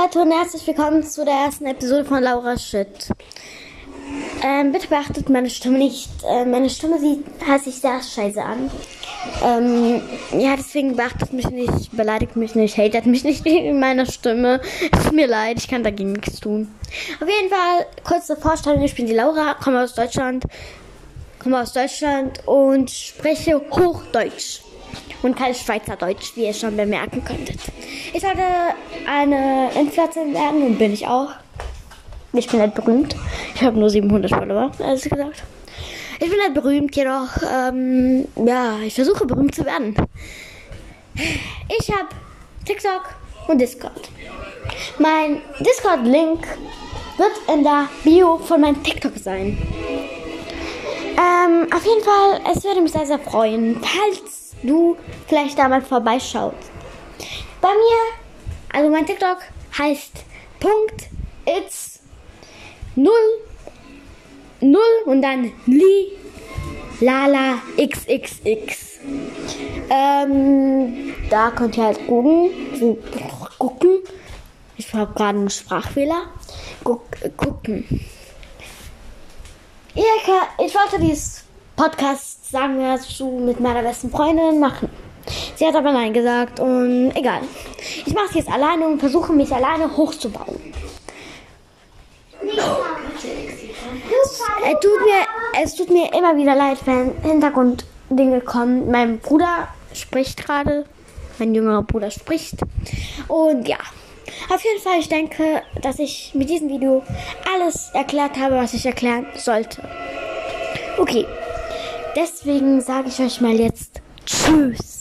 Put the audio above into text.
Leute und herzlich willkommen zu der ersten Episode von Laura Shit. Bitte beachtet meine Stimme nicht. Meine Stimme hört sich sehr scheiße an. Deswegen beachtet mich nicht, beleidigt mich nicht, hatet mich nicht wegen meiner Stimme. Es tut mir leid, ich kann dagegen nichts tun. Auf jeden Fall, kurze Vorstellung, ich bin die Laura, komme aus Deutschland und spreche Hochdeutsch. Und kein Schweizerdeutsch, wie ihr schon bemerken könntet. Ich sollte eine Influencerin werden und bin ich auch. Ich bin nicht berühmt. Ich habe nur 700 Follower, ehrlich gesagt. Ich bin nicht berühmt, jedoch, ich versuche berühmt zu werden. Ich habe TikTok und Discord. Mein Discord-Link wird in der Bio von meinem TikTok sein. Auf jeden Fall, es würde mich sehr, sehr freuen, falls du vielleicht da mal vorbeischaut. Bei mir, also mein TikTok heißt .it's0 und dann Lala XXX. Da könnt ihr halt gucken. Ich habe gerade einen Sprachfehler. Gucken. Ich wollte dieses Podcast, sagen wir dazu, mit meiner besten Freundin machen. Sie hat aber nein gesagt und egal. Ich mache es jetzt alleine und versuche mich alleine hochzubauen. Es tut mir immer wieder leid, wenn Hintergrunddinge kommen. Mein Bruder spricht gerade. Mein jüngerer Bruder spricht. Und ja. Auf jeden Fall, ich denke, dass ich mit diesem Video alles erklärt habe, was ich erklären sollte. Okay. Deswegen sage ich euch mal jetzt Tschüss.